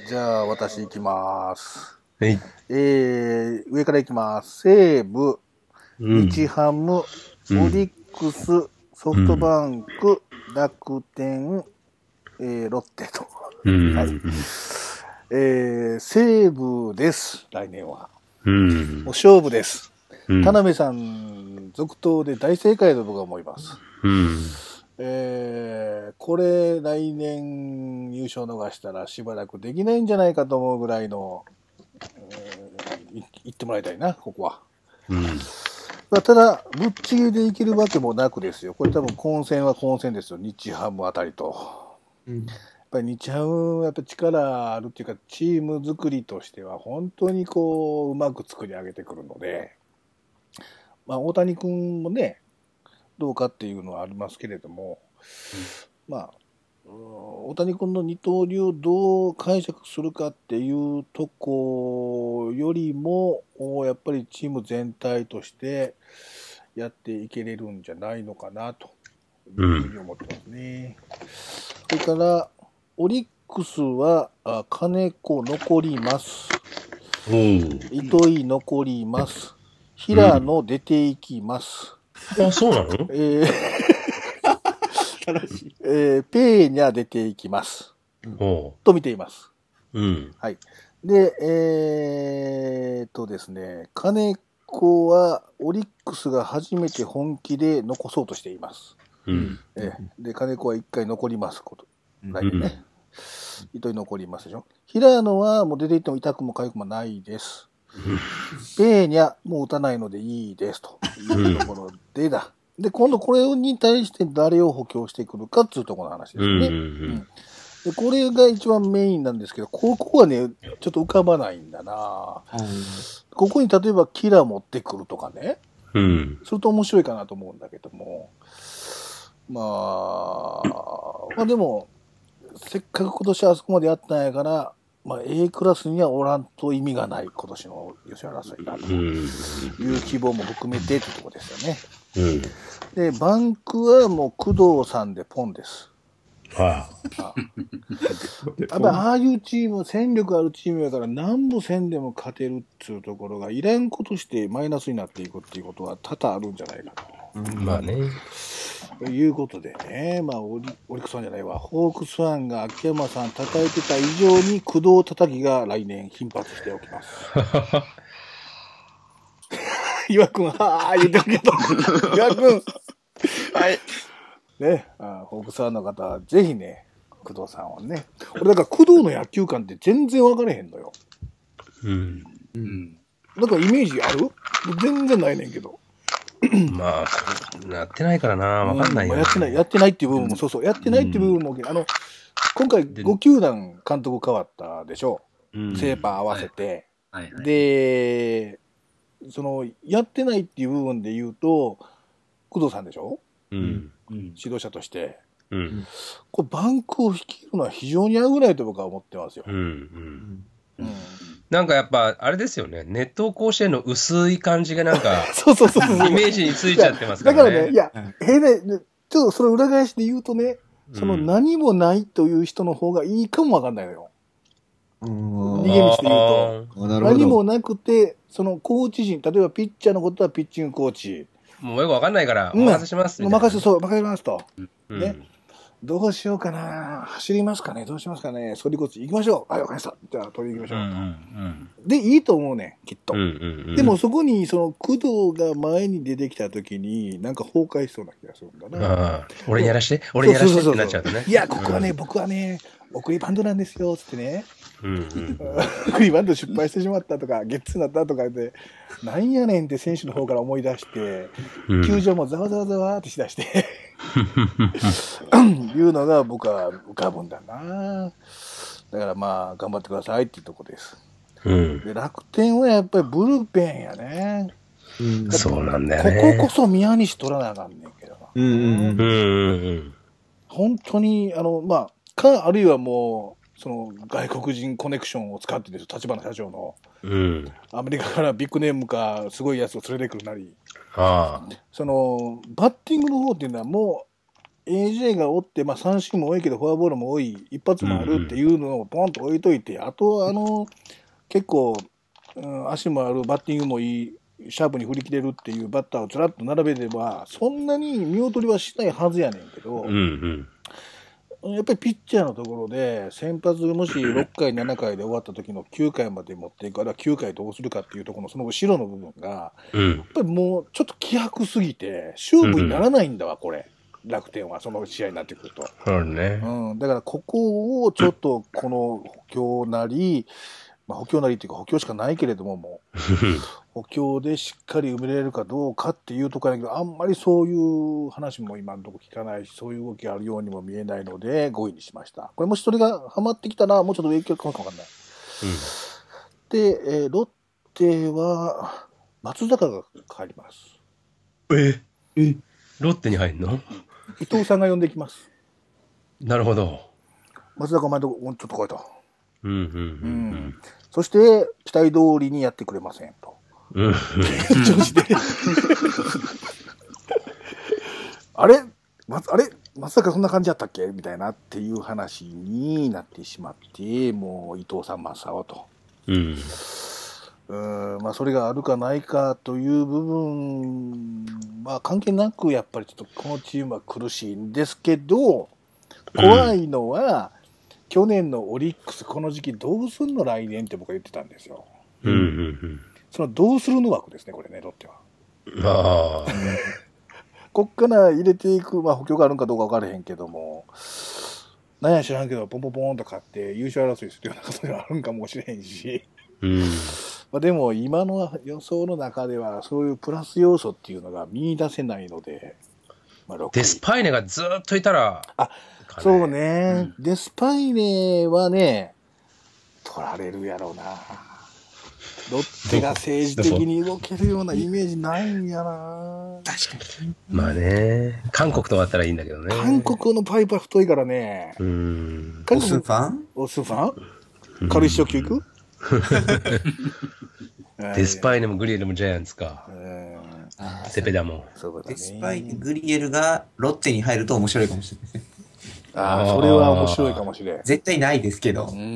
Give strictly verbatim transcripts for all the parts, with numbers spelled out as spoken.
じゃあ、私行きます。 はい。 えー、上から行きます。西武、 うん、 日ハム、オリックス、ソフトバンク、楽天、えー、ロッテと。 うん、 はい。えー、西武です。来年は。 うん、 もう勝負です。 うん、 田辺さん、続投で大正解だと僕は思います。 うん、 えー、これ来年優勝逃したらしばらくできないんじゃないかと思うぐらいの、えー、い言ってもらいたいな、ここは。 うん。 まあ、ただ、ぶっちぎりでいけるわけもなくですよ。これ多分混戦は混戦ですよ。日ハムあたりと。 うん、 やっぱり日ハムはやっぱ力あるっていうか、チーム作りとしては本当にこう、うまく作り上げてくるので、まあ、大谷君もね、どうかっていうのはありますけれども、うん、まあ、大谷君の二刀流をどう解釈するかっていうとこよりも、やっぱりチーム全体としてやっていけれるんじゃないのかなというふうに思ってますね。うん、それから、オリックスは金子残ります。糸井残ります。平野出ていきます。 うん、あ、そうなの？ えーえー、ペーニャ出ていきます。うん、と見ています。 うん。 はい。で、えー、っとですね、金子はオリックスが初めて本気で残そうとしています。 うん。 えー、で、金子は一回残りますこと。来年ね。うん、糸井残りますでしょ。平野はもう出ていっても痛くも痒くもないです。ペーニャもう打たないのでいいですというところでだ。で、今度これに対して誰を補強してくるかっていうところの話ですね。うんうん、で、これが一番メインなんですけど、ここはね、ちょっと浮かばないんだな、うん、ここに例えばキラー持ってくるとかね。うん。それと面白いかなと思うんだけども。まあ、まあでも、せっかく今年あそこまでやったんやから、まあ A クラスにはおらんと意味がない今年の優勝争いだという希望も含めてというところですよね。うん、で、バンクはもう工藤さんでポンです。はあ、あやっぱああいうチーム、戦力あるチームやから何部戦でも勝てるっていうところがいらんことしてマイナスになっていくっていうことは多々あるんじゃないかと。うん、まあね。ということでね、まあオリ、オリックスファンじゃないわ、ホークスファンが秋山さん叩いてた以上に工藤叩きが来年頻発しておきます。岩くん、はあ言ってるけど、岩くん。はい。ね、あホークスファンの方はぜひね、工藤さんをね。俺だから工藤の野球観って全然分かれへんのよ。うん。うん。だからイメージある？全然ないねんけど。 まあ、やってないからな、分かんないよ、ね、 うん。やってない、やってないっていう部分も、うん、そうそう、やってないっていう部分も、うん、あの、今回ご球団監督変わったでしょ。うん、セーパー合わせて。はいはいはい、で、その、やってないっていう部分で言うと、工藤さんでしょ。うん。指導者として。うん。これバンクを率いるのは非常に危ないと僕は思ってますよ。うん。うん。 うん、なんかやっぱ、あれですよね。熱湯甲子園の薄い感じがなんか、 そうそうそうそう。 イメージについちゃってますからね。 だからね、いや、変な、ちょっとその裏返しで言うとね、その何もないという人の方がいいかもわかんないのよ。うん、逃げ道で言うと。何もなくて、そのコーチ陣、例えばピッチャーのことはピッチングコーチ。 もうよくわかんないから、お任せしますみたいな、 うん。任せ、そう、任せますと。うん、ね。どうしようかな、走りますかね、どうしますかね、反りこっち行きましょう。はい、わかりました。じゃあ取り行きましょう。うんうんうん、で、いいと思うねん、きっと。うんうんうん、でもそこに、その、工藤が前に出てきたときに、なんか崩壊しそうな気がするんだな。 ああ、俺にやらして、俺にやらしてってなっちゃうとね。 いや、ここはね、うん、僕はね、送りバンドなんですよ、つってね。うんうん、送りバンド失敗してしまったとか、ゲッツーなったとかで、なんやねんって選手の方から思い出して、うん、球場もざわざわざわってしだして、いうのが僕は浮かぶんだな。だからまあ、頑張ってくださいっていうとこです。うん、で楽天はやっぱりブルペンやね。 うん、そうなんだよね。 こここそ宮西取らなあかんねんけどな。うんうんうん、本当に、あの、まあ、か、あるいはもう、その外国人コネクションを使ってです、立花社長の、うん、アメリカからビッグネームかすごいやつを連れてくるなり、あそのバッティングの方っていうのはもエージェー がおって、まあ、三振も多いけど、フォアボールも多い、一発もあるっていうのをポンと置いといて、あとは、あの、結構、うん、足もある、バッティングもいい、シャープに振り切れるっていうバッターをずらっと並べれば、そんなに見劣りはしないはずやねんけど、 うんうん、 やっぱりピッチャーのところで、先発もしろっかい、ななかいで終わった時のきゅうかいまで持っていく、あるいはきゅうかいどうするかっていうところのその後ろの部分が、 うん、 やっぱりもうちょっっと気迫すぎて、勝負にならないんだわ、これ。楽天はその試合になってくると。 そうね。 うん。だからここをちょっとこの補強なり、まあ、補強なりっていうか補強しかないけれども、もう補強でしっかり埋めれるかどうかっていうところだけど、あんまりそういう話も今のところ聞かないし、そういう動きがあるようにも見えないので、ごいにしました。これもしそれがハマってきたら、もうちょっと影響かもわかんない。うん、で、えー、ロッテは、松坂が帰ります。 ええロッテに入るの？ 伊藤さんが呼んできます。 なるほど。 松坂お前とこちょっと来いと。 うんうんうんうん、 そして期待通りにやってくれませんと。うん、調子であれ松あれ松坂そんな感じやったっけみたいなっていう話になってしまって、もう伊藤さん正雄と。うんうん、まあそれがあるかないかという部分は関係なく、やっぱりちょっとこのチームは苦しいんですけど、怖いのは、うん、去年のオリックスこの時期どうすんの来年って僕は言ってたんですよ。うんうんうん、そのどうするの枠ですね、これね、ロッテは。あこっから入れていく、まあ補強があるんかどうか分からへんけども、何や知らんけど、ポンポンポンと勝って優勝争いするようなことがあるんかもしれへんし。うんまあ、でも今の予想の中ではそういうプラス要素っていうのが見出せないので、 まあ、デスパイネがずっといたら、 あ、そうね、うん、デスパイネはね取られるやろうな。ロッテが政治的に動けるようなイメージないんやな。 確かに。まあね、韓国とかだったらいいんだけどね。 韓国のパイプは太いからね。うん。 オスファン？ オスファン？軽石を聞く？ デスパイネもグリエルもジャイアンツか。セペダも。 デスパイネ、グリエルがロッテに入ると面白いかもしれない。 ああ、それは面白いかもしれん。 絶対ないですけど。 うん。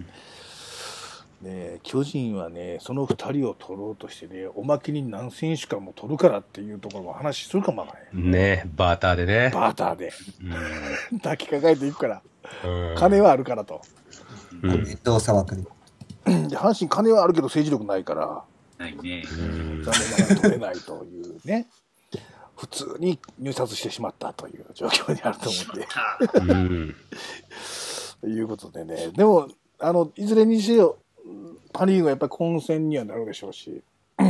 ね、巨人はね、そのふたりを取ろうとしてね、おまけに何選手かも取るからっていうところも話するかもわからない。ね、バーターでね。 バーターで。うん、抱きかかえていくから。金はあるからと。 ネットを騒ぐね。 阪神金はあるけど政治力ないから、 ないね。 残念ながら取れないというね。普通に入札してしまったという状況にあると思って。うん、ということでね。でも、あの、いずれにしよう、パ・リーグはやっぱり混戦にはなるでしょうし、うん、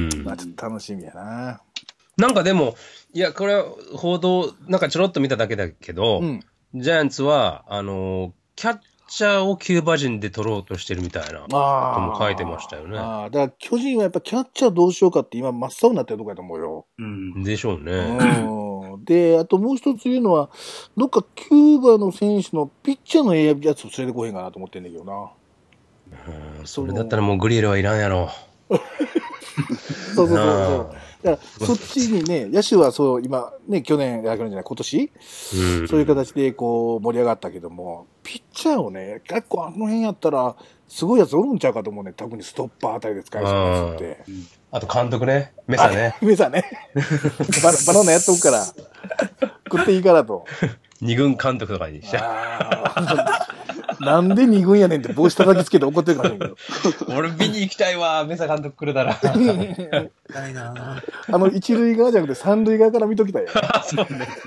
まあちょっと楽しみやな。 なんかでも、いや、これは報道、なんかちょろっと見ただけだけど、うん、ジャイアンツは、あの、キャッチャーをキューバ人で取ろうとしてるみたいなことも書いてましたよね。 ああ、だから巨人はやっぱキャッチャーどうしようかって今真っ青になってるとこやと思うよ。 うん。でしょうね。 うん。で、あともう一つ言うのは、どっかキューバの選手のピッチャーのええやつを連れてこへんかなと思ってんだけどな。 うん、それだったらもうグリエルはいらんやろ。 そうそうそうそう。だからそっちにね、野手はそう、今、ね、去年、去年じゃない、今年、うん、そういう形でこう盛り上がったけども、ピッチャーをね、結構あの辺やったら、すごいやつおるんちゃうかと思うね、特にストッパーあたりで使いそうなやつって。 あと監督ね、メサね。 メサね。バナ、バナナやっとくから、食っていいからと。 二軍監督とかにしちゃう。なんで二軍やねんって帽子叩きつけて怒ってるからねんけど。 俺見に行きたいわ、メサ監督来るなら。 行きたいな。 あの、一塁側じゃなくて三塁側から見ときたいよ。 そうね。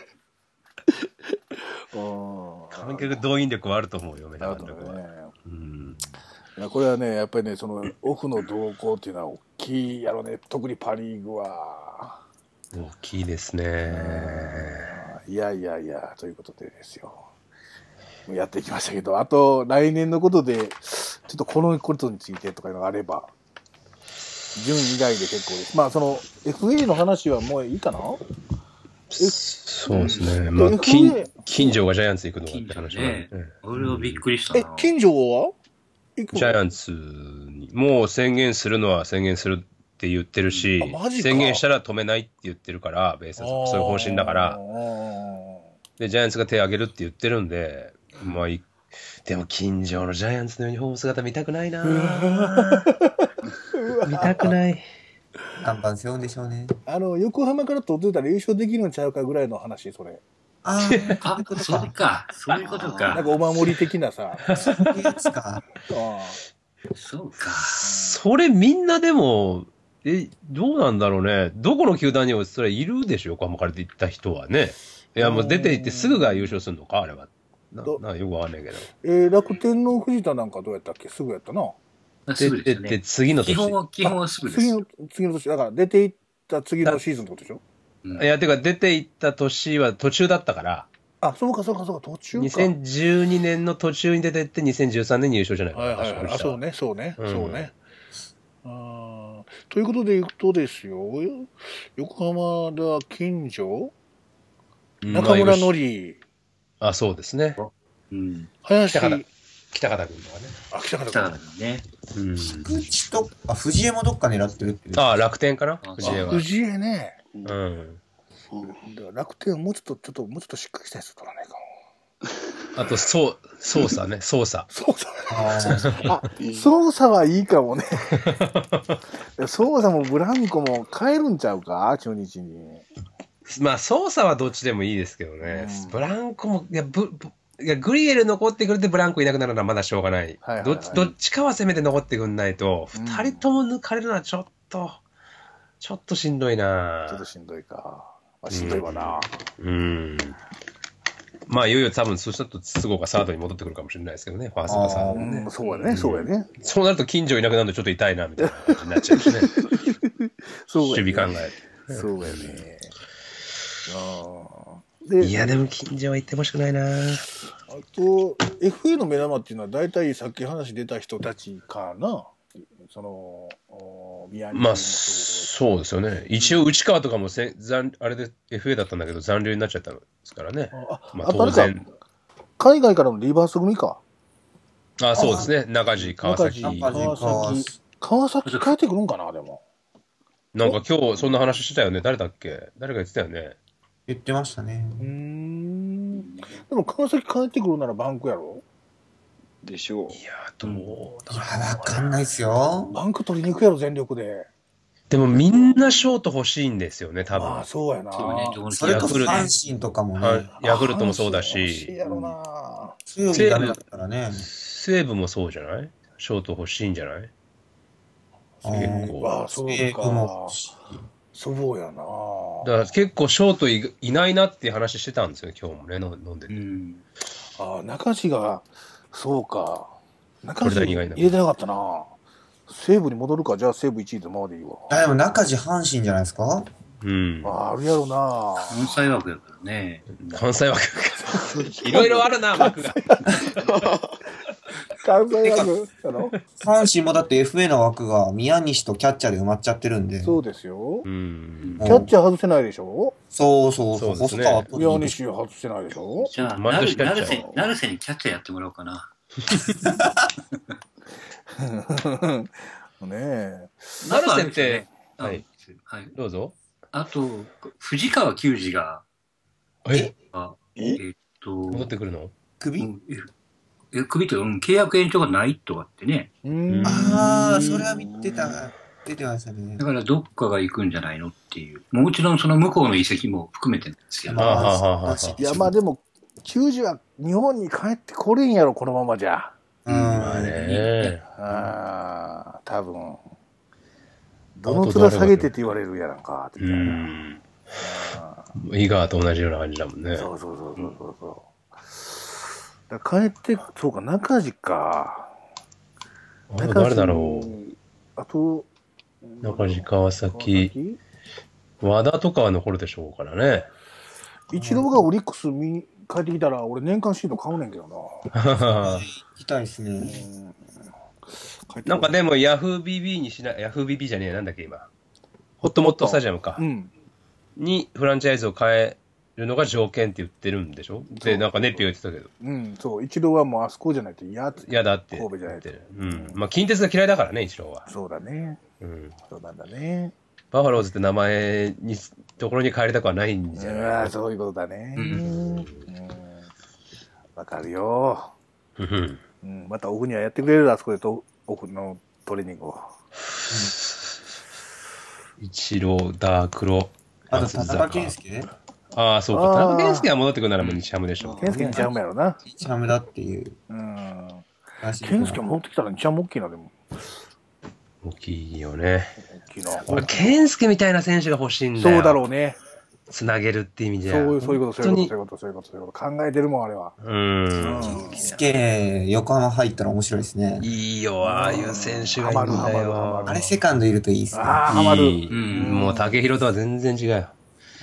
観客動員力はあると思うよ、メサ監督は。ねうん、 いやこれはね、やっぱりね、そのオフの動向っていうのは大きいやろね、特にパ・リーグは。 大きいですね。 いやいやいや、ということでですよ。やっていきましたけど、あと来年のことで、ちょっとこのことについてとかいうのがあれば、順位以外で結構です。まあ、その エフエー の話はもういいかな？ そうですね。まあ、金、金城がジャイアンツ行くのかって話はね。 俺はびっくりしたな。 え、金城はジャイアンツに、もう宣言するのは宣言するって言ってるし、宣言したら止めないって言ってるから、ベイスターズはそういう方針だから、で、ジャイアンツが手を挙げるって言ってるんで、まあい、でも近所のジャイアンツのユニフォーム姿見たくないな見たくない。 看板背負うんでしょうね。 あの、横浜から取ってたら優勝できるんちゃうかぐらいの話、それ。 ああ、それか。そういうことか。 なんかお守り的なさ。 そういうやつか。 そうか。 それみんなでも、え、どうなんだろうね。どこの球団にもそれいるでしょ、横浜から行った人はね。いや、もう出て行ってすぐが優勝するのか、あれは。な、なよくわかんないけど。 えー、楽天の藤田なんかどうやったっけ？すぐやったな。 出てって、次の年。 基本は、基本はすぐです。 次の、次の年。だから出て行った次のシーズンってことでしょ？ いや、てか出て行った年は途中だったから。 あ、そうかそうかそうか、途中か。 にせんじゅうにねんの途中に出てってにせんじゅうさんねんに優勝じゃないかな。 はいはいはい。あ、そうね、そうね、うん、そうね。あということでいくとですよ、横浜では近所、中村のり、 あ、そうですね。 うん。 林北方、北方君とかね。 あ、北方君ね。 うん。菊池と、あ、藤江もどっか狙ってるって。 あ、楽天かな藤江は。 藤江ね。 うん。 だから楽天はもうちょっと、ちょっと、もうちょっとしっかりしたやつ取らないかも。 あと、そう、操作ね、操作。 操作。あ、操作はいいかもね。操作もブランコも変えるんちゃうか中日に。 まあ、操作はどっちでもいいですけどね。うん、ブランコも、いや、ブ、いやグリエル残ってくれてブランコいなくなるのはまだしょうがない。はいはいはい、どっち、どっちかはせめて残ってくんないと、二、うん、人とも抜かれるのはちょっと、ちょっとしんどいなちょっとしんどいか。まあ、しんどいわな。 うん。うんまあ、いよいよ多分、そうしたと、都合がサードに戻ってくるかもしれないですけどね、ファーストがサードにね、 うん。そうやね、そうやね。 そうなると、近所いなくなるとちょっと痛いな、みたいな感じになっちゃうしね。そうやね。守備考え。 そうやね。 あでいや、でも近所は行ってほしくないな。あと、エフエー の目玉っていうのは、大体さっき話出た人たちかな。その、 宮城まあ、そうですよね。一応、内川とかもせ残あれで エフエー だったんだけど、残留になっちゃったんですからね。あ、まあ、当然。 海外からのリバース組か。 あ、そうですね。中地、川崎。 川崎。川崎帰ってくるんかな、でも。 なんか今日、そんな話してたよね。誰だっけ誰が言ってたよね。 言ってましたね。 うん。でも川崎帰ってくるならバンクやろでしょう。 いや、どうだろう。いや、わかんないっすよ。 バンク取りに行くやろ、全力で。 でもみんなショート欲しいんですよね、多分。 ああ、そうやな。 そうね、それこそ阪神とかもね。 ヤクルトもそうだし。 欲しいやろな。 強いダメだったらね。 西武もそうじゃないショート欲しいんじゃない結構。ああ、そうか。そうやな。 だから結構ショート い, いないなっていう話してたんですよ、今日もね、飲んでて。うん、 ああ、中地が、そうか。中地入れてなかったな。西武に戻るか、じゃあ西武いちいでまでいいわ。 あ、でも中地阪神じゃないですかうん。 あ、あるやろな。 関西枠だからね。 関西枠。いろいろあるな、枠が。 関西枠やろ阪神もだって エフエー の枠が宮西とキャッチャーで埋まっちゃってるんで。 そうですよ。 うん。 キャッチャー外せないでしょそうそうそう。 細川と宮西外せないでしょじゃあ、成瀬に、成瀬にキャッチャーやってもらおうかな。 ねえ。 成瀬って、はい。 はい。 どうぞ。 あと、藤川球児が、 ええっと、 戻ってくるの首え、首と、うん、契約延長がないとかってね。 ああ、それは見てた、出てましたね。 だからどっかが行くんじゃないのっていう。もちろんその向こうの移籍も含めてですけど。 あいや、まあでも、球児は日本に帰ってこれんやろ、このままじゃ。 うん。まあね。 ああ、多分。どの面下げてって言われるやらんか、みたいな。うん。 井川と同じような感じだもんね。 そうそうそうそうそう。だ帰って、そうか、中地か。 あと誰だろう。 あと、 中地、川崎。和田とかは残るでしょうからね。 一郎がオリックス見帰ってきたら、俺年間シート買うねんけどな。 行きたいですね。 なんかでもヤフー ビービー にしない、ヤフー ビービー じゃねえ、なんだっけ今。ホットモットスタジアムか。うん。にフランチャイズを変えるのが条件って言ってるんでしょで、なんかネッピーが言ってたけど。 うん、そう。一郎はもうあそこじゃないと嫌って。 嫌だって。 神戸じゃないと。 うん。まあ、近鉄が嫌いだからね、一郎は。 そうだね。うん。そうなんだね。 バファローズって名前に、ところに帰りたくはないんじゃないああ、そういうことだね。うん。わかるよ。うん。またオフにはやってくれるあそこでとオフのトレーニングを。 一郎、ダークロ。 あと、田中健介ああ、そうか。田中健介が戻ってくるならもう日ハムでしょ。 健介日ハムやろな。 日ハムだっていう。 うん。健介戻ってきたら日ハム大きいな、でも。 大きいよね。 大きいな。 俺、健介みたいな選手が欲しいんだよ。 そうだろうね。 つなげるって意味じゃ。 そう、そういうこと、そういうこと、そういうこと、そういうこと、そういうこと。考えてるもん、あれは。 うん。 健介、横浜入ったら面白いですね。 いいよ、ああいう選手がいいんだよ。 あれ、セカンドいるといいですね。 ああ、ハマる。 うん。もう、竹広とは全然違うよ。 うん。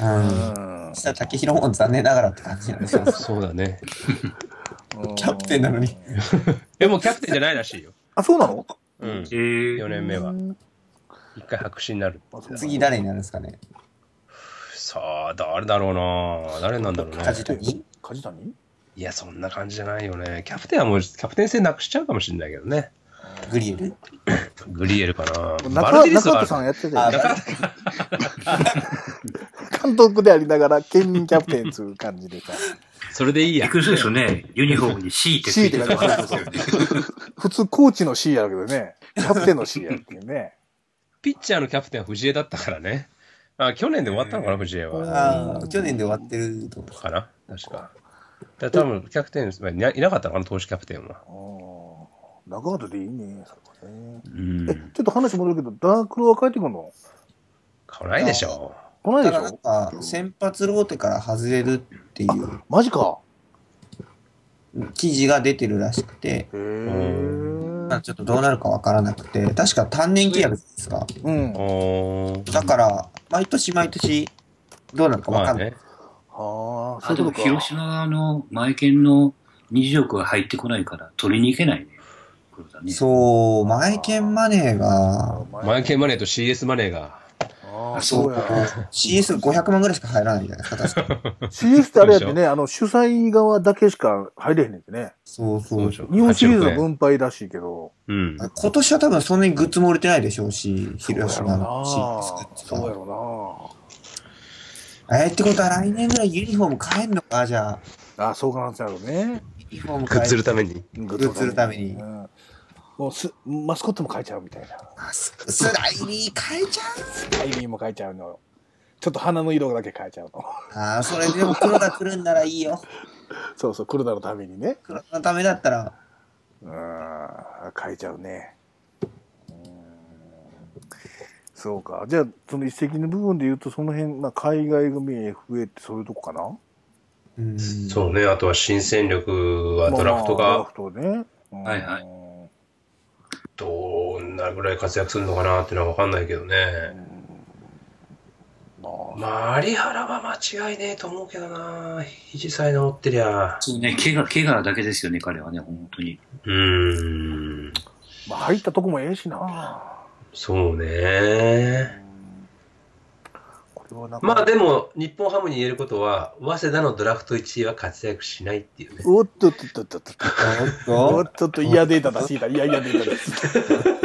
そしたら竹広も残念ながらって感じなんですよ。 そうだね。 キャプテンなのに。 でもキャプテンじゃないらしいよ。 あ、そうなの？ うん。よねんめは。一回白紙になる。 次誰になるんですかね。 さあ、誰だろうな。誰なんだろうね。 梶谷？ 梶谷？ いや、そんな感じじゃないよね。キャプテンはもう、キャプテン性なくしちゃうかもしれないけどね。 グリエル？ グリエルかな。 中中さんやってたよね。監督でありながら兼任キャプテンつう感じでさ。 それでいいや。 びっくりするですよね。ユニフォームに C ってついてるからですよね。 普通コーチの C やるけどね。キャプテンの C やるっていうね。 ピッチャーのキャプテンは藤江だったからね。あ、去年で終わったのかな、藤江は。 ああ、去年で終わってると思う。 かな確か。だ多分、キャプテン、いな、いなかったのかな、投手キャプテンは。 中畑でいいね、それはね。うん。え、ちょっと話戻るけど、ダークロは帰ってくるの？ 来ないでしょ。 来ないでしょ。 なんか、先発ローテから外れるっていう。 マジか。 記事が出てるらしくて。へー。ちょっとどうなるかわからなくて、確か単年契約ですか。うん。だから、毎年毎年、どうなるかわかんない。 ああ、でも広島の前券のにじゅうおくが入ってこないから取りに行けないね。 ねそう、前券マネーが。 前券マネーと シーエス マネーが。 ああ、そうや。シーエスごひゃくまんぐらいしか入らないんじゃないですか、確か。 シーエス ってあれやってね、あの、主催側だけしか入れへんねんってね。 そうそう。 日本シリーズの分配らしいけど。 うん。今年は多分そんなにグッズも売れてないでしょうし、広島のシーエス。 そうやろな。えー、ってことは来年ぐらいユニフォーム変えんのか、じゃあ。あ、そうかなんですやろうね。 ユニフォーム変える。グッズるために。 グッズるために。 もうす、マスコットも変えちゃうみたいな。 スライリー変えちゃうスライリーも変えちゃうの。ちょっと鼻の色だけ変えちゃうの。 ああ、それでも黒田来るんならいいよ。 そうそう、黒田のためにね。 黒田のためだったら。 うん、変えちゃうね。うん、そうか。じゃあ、その一石の部分で言うと、その辺、まあ、海外組 エフエー ってそういうとこかな？ うん、そうね。あとは新戦力はドラフトが。まあ、ドラフトね。 うん、はいはい。どんなぐらい活躍するのかなっていうのは分かんないけどね。まあ、有原は間違いねえと思うけどな。肘さえ治ってりゃ。 そうね、怪我、怪我だけですよね、彼はね、本当に。 うーん。 まあ、入ったとこもええしな。 そうね。まあでも、日本ハムに言えることは、早稲田のドラフトいちいは活躍しないっていうね。 おっとっとっとっとっと。おっとっと、嫌データ出していた。いやいやデータです。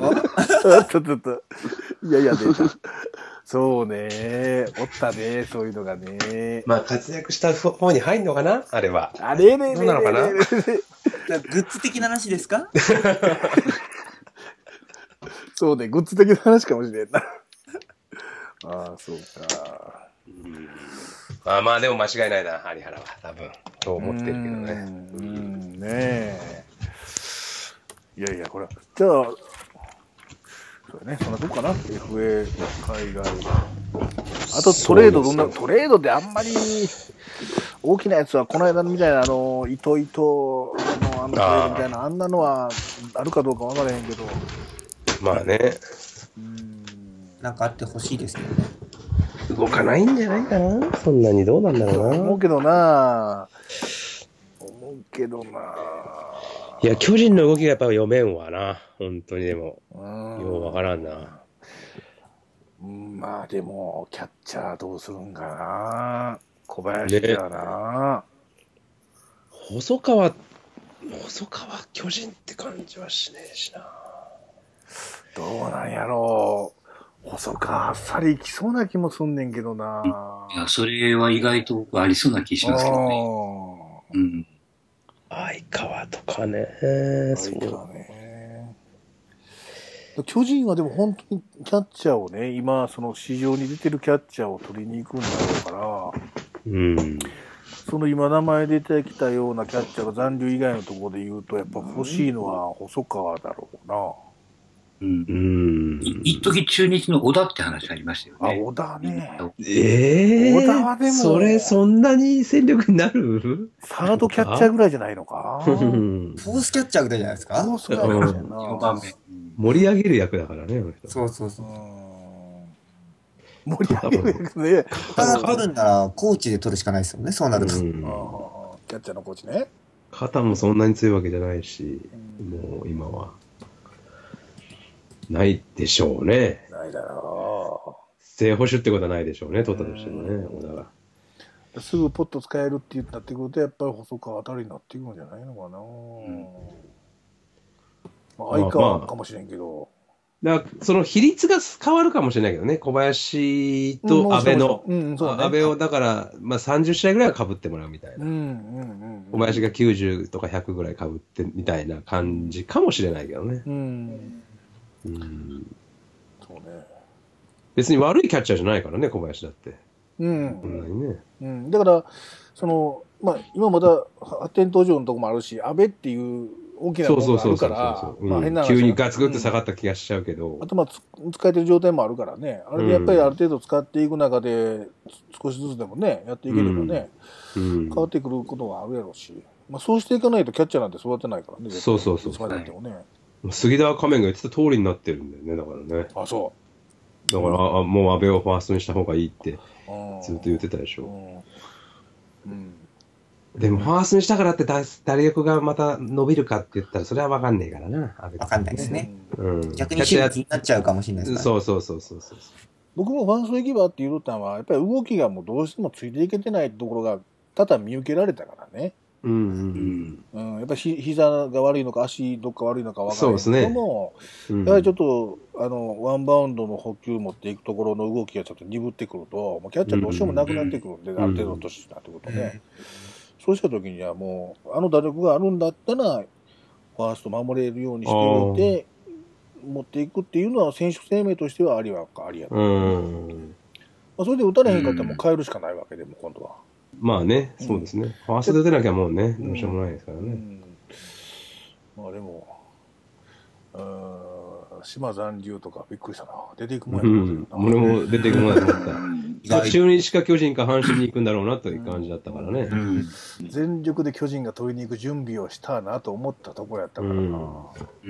おっとっとっと。いやいやデータ。そうね。おったね。そういうのがね。 まあ活躍した方に入んのかなあれは。 あれれれれれれ。 どうなのかなグッズ的な話ですかそうね。グッズ的な話かもしれんな。ああ、そうか。 ああまあでも間違いないな、有原は。多分。と思ってるけどね。 うん、ねえ。いやいや、これ、じゃあ、そうね、そんなとこかな。エフエー、海外。あとトレード、どんな、トレードであんまり大きなやつは、この間みたいな、あの、糸井と、あの、あのトレードみたいな、あんなのはあるかどうかわからへんけど。 まあね。 なんかあってほしいですけどね。 動かないんじゃないかなそんなにどうなんだろうな。 思うけどな思うけどな。 いや、巨人の動きがやっぱ読めんわな。本当にでも。ようわからんな。 うん、まあでも、キャッチャーどうするんかな。 小林だよな、 ね、細川、細川巨人って感じはしねえしな。 どうなんやろう。細川あっさりいきそうな気もすんねんけどな。 いや、それは意外とありそうな気しますけどね。うん。 相川とかね。 そうだね。巨人はでも本当にキャッチャーをね、今、その市場に出てるキャッチャーを取りに行くんだろうから、うん。その今名前出てきたようなキャッチャーが残留以外のところで言うと、やっぱ欲しいのは細川だろうな。 うん。うん。一時中日の小田って話ありましたよね。 あ、小田ね。 ええー。小田はでも。それ、そんなに戦力になる？ サードキャッチャーぐらいじゃないのか。フォースキャッチャーぐらいじゃないですか。フォースキャッチャーな。 よんばんめ。盛り上げる役だからね、 そうそうそう。 盛り上げる役ね。 肩取るんなら、コーチで取るしかないですよね、そうなると。うん、 キャッチャーのコーチね。 肩もそんなに強いわけじゃないし、もう今は。ないでしょうね。 ないだろう。正捕手ってことはないでしょうね、取ったとしてもね、小田が。 すぐポット使えるって言ったってことは、やっぱり細川あたりになっていくんじゃないのかな。うん、まあ、相川かもしれんけど。 まあまあ、だからその比率が変わるかもしれないけどね、小林と阿部の。うんうんそうね、阿部をだから、まあ、さんじゅっ試合ぐらいは被ってもらうみたいな。うんうんうん、小林がきゅうじゅうとかひゃくぐらい被ってみたいな感じかもしれないけどね。うんうん、そうね。別に悪いキャッチャーじゃないからね、小林だって。うん。そんなにね。 うん。だから、その、まあ、今まだ発展途上のとこもあるし、安倍っていう大きなものがあるから、まあ変な話。 急にガツグッと下がった気がしちゃうけど。 うん、あと、まあ、使えてる状態もあるからね。あれでやっぱりある程度使っていく中で、少しずつでもね、やっていければね、うん、変わってくることはあるやろうし。まあ、そうしていかないとキャッチャーなんて育てないからね。 そうそうそう。いつまでやってもね。 杉田仮面が言ってた通りになってるんだよね、だからね。 あ、そう。 だから、あもう安倍をファーストにした方がいいって、ずっと言ってたでしょ。うん。でも、ファーストにしたからって打力がまた伸びるかって言ったら、それは分かんねえからな、 安倍。分かんないですね。うん。逆に手術になっちゃうかもしれないですから。 そうそうそうそうそう。 僕もファースト行き場って言うたのは、やっぱり動きがもうどうしてもついていけてないところが多々見受けられたからね。うんうんうん、やっぱり膝が悪いのか足どっか悪いのか分からないけども、ねうん、やはりちょっとあのワンバウンドの補給持っていくところの動きがちょっと鈍ってくるともうキャッチャーどうしようもなくなってくるんで、うん、ある程度の年になってくるとね、うん、そうした時にはもうあの打力があるんだったらファースト守れるようにしておいて持っていくっていうのは選手生命としてはありはありやと、うんまあ、それで打たれへんかったらもう変えるしかないわけでも今度は。 まあね、そうですね。ファーストで出なきゃもうね、どうしようもないですからね。うん、 まあでも、島残留とかびっくりしたな。出ていくもんやな。うん、 俺も出ていくもんやと思った。中日か巨人か阪神に行くんだろうなという感じだったからね。うんうん、全力で巨人が取りに行く準備をしたなと思ったところやったからな。うんうん、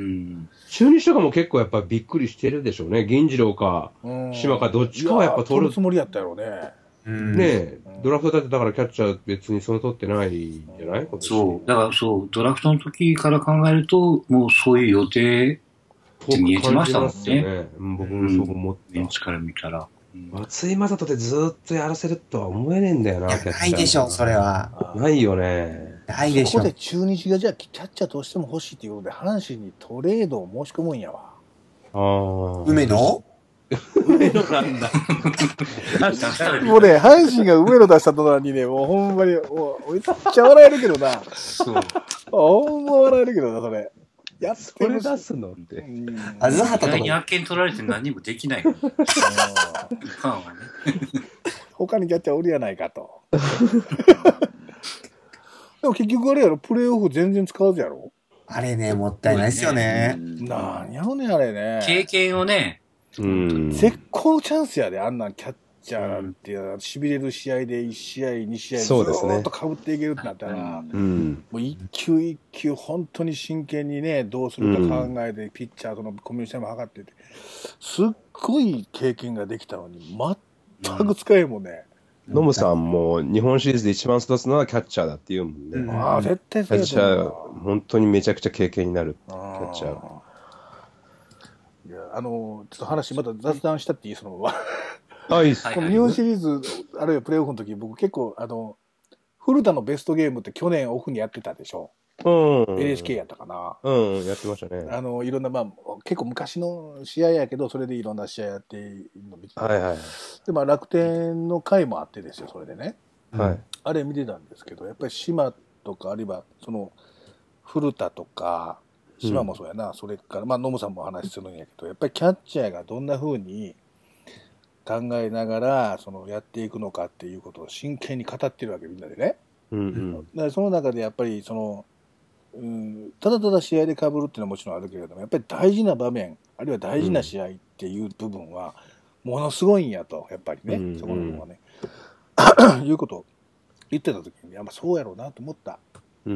中日とかも結構やっぱびっくりしてるでしょうね。銀次郎か島かどっちかはやっぱ取る。 取るつもりやったやろうね。 ねえ、ドラフトだってだからキャッチャー別にその取ってないんじゃない？ そう。だからそう、ドラフトの時から考えると、もうそういう予定って見えてましたもんね。ね僕もそう思った。 ベンチから見たら。 松井正人ってずっとやらせるとは思えねえんだよな、キャッチャー。 ないでしょ、それは。 ないよね。 ないでしょ。 そこで中日がじゃあキャッチャーとしても欲しいっていうことで、阪神にトレードを申し込むんやわ。 ああ。梅野梅野なんだ。 もうね、阪神が梅野出したとなにね、もうほんまに、もうめっちゃ笑えるけどな。そう。ほんま笑えるけどな、それ。 やってそれ出すのって。 あずはたとか。 に発見取られて何もできない。ファンはね。 他にキャッチャーおるやないかと。でも結局あれやろ、プレーオフ全然使わずやろ。 あれね、もったいないっすよね。 なんやろね、あれね。 経験をね、 うん、絶好のチャンスやで、あんなんキャッチャーなんて、うん、痺れる試合でいち試合、に試合ずーっと被っていけるってなったら、うん、もう一球一球本当に真剣にね、どうするか考えて、うん、ピッチャーとのコミュニケーションも図ってて、すっごい経験ができたのに、全く使えんもんね。 ノムさんも日本シリーズで一番育つのはキャッチャーだって言うもんね。 うん、ああ、絶対そうだ。キャッチャー、本当にめちゃくちゃ経験になる、キャッチャー。 いや、あの、ちょっと話また雑談したっていい、そのまま。 あ、いいっす。 この日本シリーズ、 あるいはプレーオフの時、僕結構、あの、古田のベストゲームって去年オフにやってたでしょ。うん。エヌエイチケー やったかな。 うん、やってましたね。 あの、いろんな、まあ、結構昔の試合やけど、それでいろんな試合やっているの見てた。 はいはい。 で、まあ、楽天の回もあってですよ、それでね。 はい。 あれ見てたんですけど、やっぱり島とか、あるいは、その、古田とか、島もそうやな、うん、それから、まあ、ノムさんもお話しするんやけど、やっぱりキャッチャーがどんな風に考えながら、その、やっていくのかっていうことを真剣に語ってるわけ、みんなでね。うんうん。だからその中でやっぱり、その、うん、ただただ試合で被るっていうのはもちろんあるけれども、やっぱり大事な場面、あるいは大事な試合っていう部分は、ものすごいんやと、やっぱりね、うん、そこの部分はね、うん、いうことを言ってた時に、やっぱそうやろうなと思った。うん、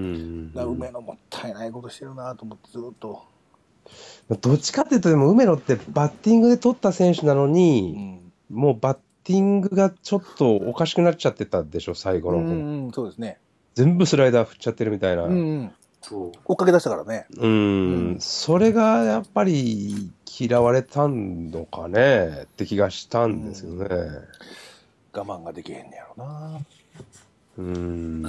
だから梅野もったいないことしてるなと思って、ずっと。 どっちかっていうと、でも梅野ってバッティングで取った選手なのに、うん、もうバッティングがちょっとおかしくなっちゃってたでしょ、最後の方。うん、 そうですね。 全部スライダー振っちゃってるみたいな。うんうんそう追っかけ出したからね。 うん、うん、それがやっぱり嫌われたのかねって気がしたんですよね。うん、 我慢ができへんねやろな。 うん。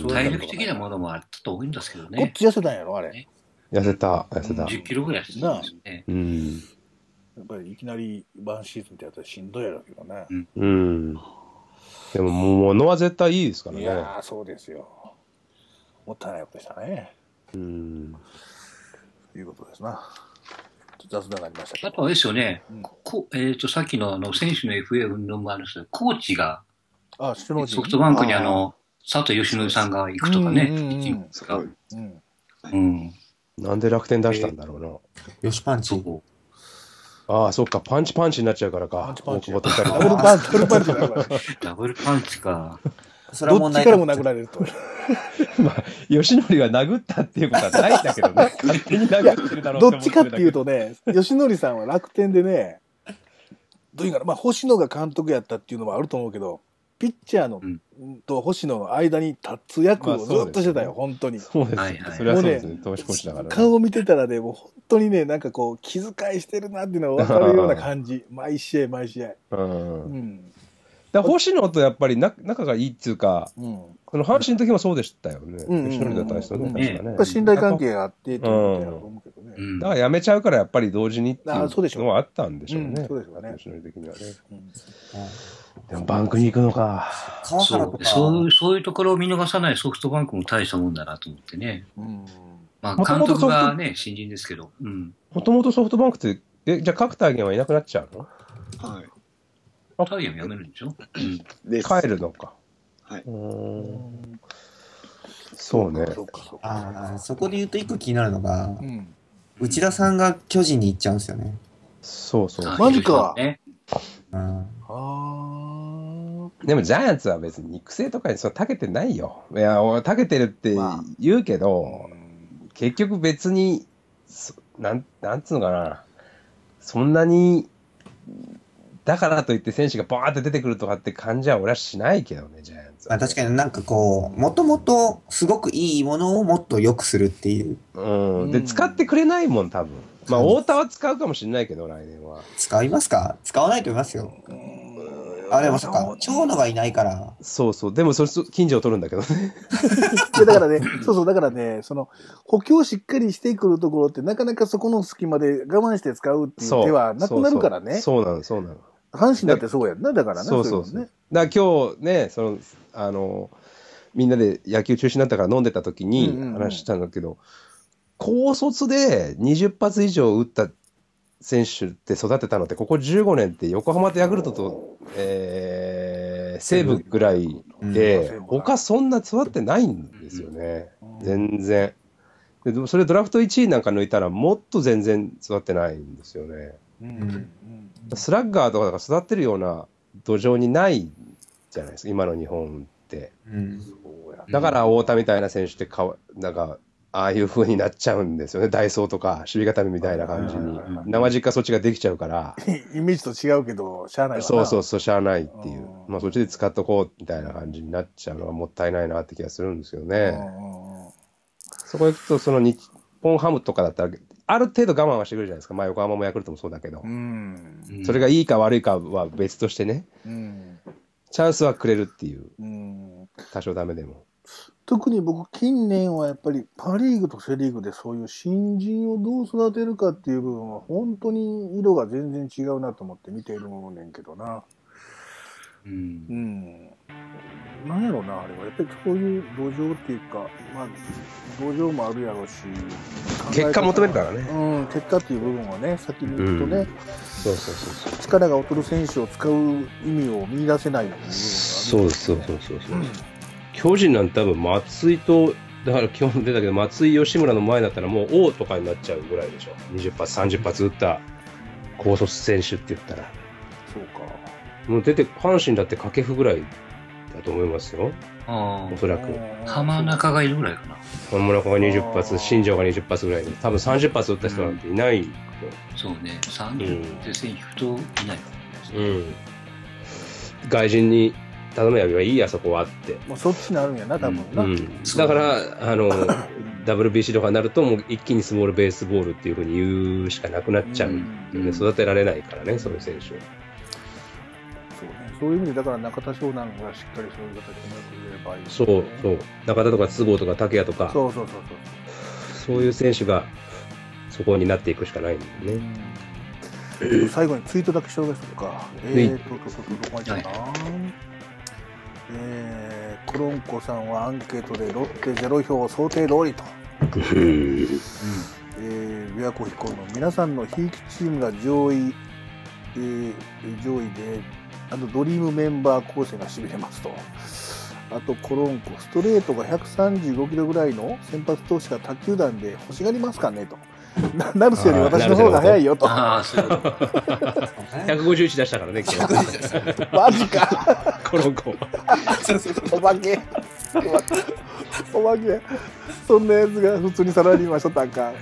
体力的なものもあったと思うんですけどね。 こっち痩せたんやろ、あれ。ね、 痩せた、痩せた。 じゅっキロぐらい痩せたんですね。うん。 やっぱりいきなりワンシーズンってやったらしんどいやろうけどね。 うん。うん、でも、ものは絶対いいですからね。 いやー、そうですよ。もったいないことでしたね。うん。ということですな。雑談がありましたけど。 あとあれですよね。うん、こえっ、ー、と、さっきのあの、選手の エフエー 運動もあるんですけど、コーチが、 あ、ソフトバンクにあの、佐藤義則さんが行くとかね。うん。 うん。なんで楽天出したんだろうな。 よしパンチ。 ああ、そっか、パンチパンチになっちゃうからか。 パンチパンチ。ダブルパンチ、ダブルパンチ。 ダブルパンチか。 それは問題どっちからも殴られると。 まあ、吉典が殴ったっていうことはないんだけどね。勝手に殴ってるだろうと思ってるだけど。 どっちかっていうとね、吉典さんは楽天でね、どういうかな、まあ、星野が監督やったっていうのもあると思うけど、ピッチャーの、うん、と星野の間に立つ役をずっとしてたよ、まあ、本当に。 そうですね。はいはい、それはそうですね。投手コーチだからね。 顔を見てたらね、もう本当にね、なんかこう、気遣いしてるなっていうのが分かるような感じ。毎試合、毎試合。うん。 うんだ星野とやっぱり仲がいいっていうか、うん、この阪神の時もそうでしたよね。吉典だった人ね、確かね。 信頼関係があってっていうことだと思うけどね。 だから辞めちゃうからやっぱり同時にっていうのはあったんでしょうね。 そうでしょうね。 吉典的にはね。でもバンクに行くのか。 そうそういう、そういうところを見逃さないソフトバンクも大したもんだなと思ってね。まあ監督がね、新人ですけど。 もともとソフトバンクって、え、じゃあ各体現はいなくなっちゃうの？ はい。 タイヤもやめるんでしょ、 うん、帰るのか。 はい。 そうね。 ああ、そこで言うと一個気になるのが、うん、内田さんが巨人に行っちゃうんですよね。 そうそう。 マジか。 ね、 うん、あでもジャイアンツは別に育成とかにそう長けてないよ。いや、長けてるって言うけど、まあ、結局別に、なん、なんつうのかな。そんなに、だからといって選手がバーって出てくるとかって感じは俺はしないけどね、ジャイアンツは、ね。 まあ確かになんかこう、もともとすごくいいものをもっと良くするっていう。 うん。で、使ってくれないもん、多分。まあ、太田は使うかもしれないけど、来年は。 使いますか？使わないと思いますよ。あ、でもそっか、長野がいないから。 そうそう。でも、それ、近所を取るんだけどね。 だからね、そうそう、だからね、その、補強しっかりしてくるところって、なかなかそこの隙間で我慢して使うっていう手はなくなるからね。 そうなの、そうなの。 阪神だってそうやんな、だからね。 そうそうそう。ね、だから今日ね、その、あの、みんなで野球中止になったから飲んでた時に話したんだけど、うんうんうん、高卒でにじゅっ発以上打った選手って育てたのって、ここじゅうごねんって横浜とヤクルトと、えー、西武ぐらいで、うん、他そんな育ってないんですよね。うん、全然。でそれドラフトいちいなんか抜いたらもっと全然育ってないんですよね。うんスラッガーとかが育ってるような土壌にないじゃないですか、今の日本って。うん、だから太田みたいな選手ってかなんかああいう風になっちゃうんですよね。ダイソーとか守備固めみたいな感じに。生実家そっちができちゃうから。 イメージと違うけど、しゃあないわな。 そうそうそう、しゃあないっていう。まあそっちで使っとこうみたいな感じになっちゃうのはもったいないなって気がするんですよね。そこ行くと、その日本ハムとかだったら、ある程度我慢はしてくれるじゃないですか。まあ横浜もヤクルトもそうだけど。うんそれがいいか悪いかは別としてね。うんチャンスはくれるっていう。うん。多少ダメでも。 特に僕、近年はやっぱりパリーグとセリーグでそういう新人をどう育てるかっていう部分は本当に色が全然違うなと思って見ているものねんけどな。うん。うん。なんやろうな、あれは。やっぱりそういう土壌っていうか、まあ、土壌もあるやろうし。 結果求めるからね。 うん、結果っていう部分はね、先に言うとね、うん、 そうそうそうそう。 力が劣る選手を使う意味を見出せないっていう部分がある、ね。 そうです、そうそうそうそう。うん、巨人なんて多分松井と、だから今日も出たけど、松井吉村の前だったらもう王とかになっちゃうぐらいでしょ。にじゅっ発、さんじゅっ発打った高卒選手って言ったら。 そうか。 もう出て、阪神だって掛布ぐらいだと思いますよ。 ああ。 おそらく。 浜中がいるぐらいかな。 浜中がにじゅっ発、新庄がにじゅっ発ぐらいで、多分さんじゅっ発打った人なんていない。うん、 そうね。さんじゅうって線引くといないかもね。 うん。外人に頼めばいいや、そこはって。 もうそっちになるんやな、多分な。うんうん、 だから、あの、ダブリュービーシー とかになると、もう一気にスモールベースボールっていうふうに言うしかなくなっちゃう。うん、育てられないからね、そういう選手を。 そうね。そういう意味で、だから中田翔なんかがしっかりそういう形になってくれればいい、ね。 そう、そう。中田とか坪とか竹谷とか。 そうそうそうそう。そういう選手が、そこになっていくしかないんだよね。 うん、最後にツイートだけ紹介するか。えーと、と、と、と、どこまでかな。えー、コロンコさんはアンケートでロッテゼロ票想定通りと。うん、えー、琵琶湖飛行の皆さんのひいきチームが上位、えー、上位で、あとドリームメンバー構成がしびれますと。あとコロンコ、ストレートがひゃくさんじゅうごキロぐらいの先発投手が他球団で欲しがりますかねと。ナルスより私の方が早いよと。ああ、そういうこと。 ひゃくごじゅういち出したからね、今日。マジか。 コロンコ。 おまけ。おまけ。そんなやつが普通にサラリーマンしとったんか。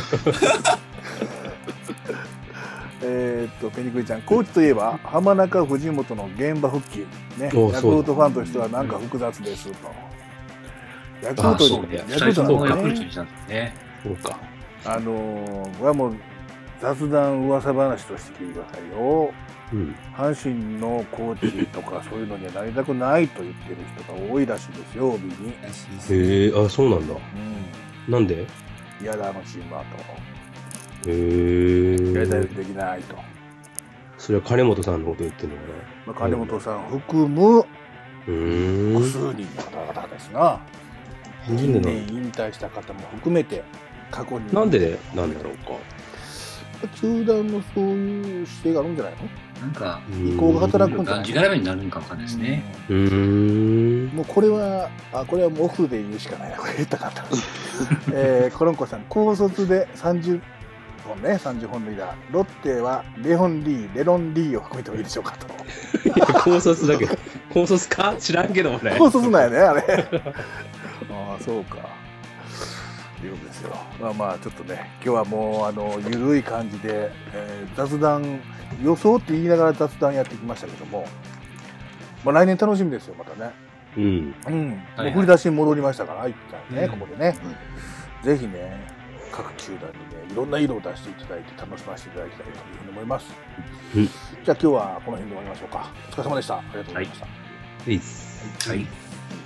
えっと、ペニクリちゃん、コーチといえば、浜中藤本の現場復帰。ね。ヤクルトファンとしてはなんか複雑ですと。 ヤクルトに、ヤクルトのヤクルトにしたんだね。 そうか。 あのー、はもう雑談噂話として聞いてくださいよ、うん、阪神のコーチとかそういうのにはなりたくないと言ってる人が多いらしいですよ、帯に。 へえ、あ、そうなんだ。うん、なんで？ 嫌だ、あのチームはと。へえ。 やりたいできないと。 それは金本さんのこと言ってるのかな。 まあ、金本さん含む複数人の方々ですが、近年引退した方も含めて。過去になんでなんだろうか。 球団のそういう指定があるんじゃないの？ なんか意向が働くんじゃないの？ がんじがらめになるのかわかんないですね。 うーん。 もうこれはあこれはもうオフで言うしかないな。これ言ったかった。えー、コロンコさん高卒でさんじゅっぽんね、さんじゅっぽん塁打。ロッテはレオンリー、レロンリーを含めてもいいでしょうかと。 いや高卒だけど高卒か知らんけどもね。 高卒なんやねあれ。ああそうか。いうことですよ。まあまあちょっとね今日はもうあのゆるい感じで、えー、雑談予想って言いながら雑談やってきましたけども、まあ、来年楽しみですよまたね。 うん。 うん。もう振り出しに戻りましたから一回ね、うん、ここでね、うん、ぜひね各球団にねいろんな色を出していただいて楽しませていただきたいというふうに思います。うん、じゃあ今日はこの辺で終わりましょうか。お疲れ様でした。ありがとうございました。 はい。はい。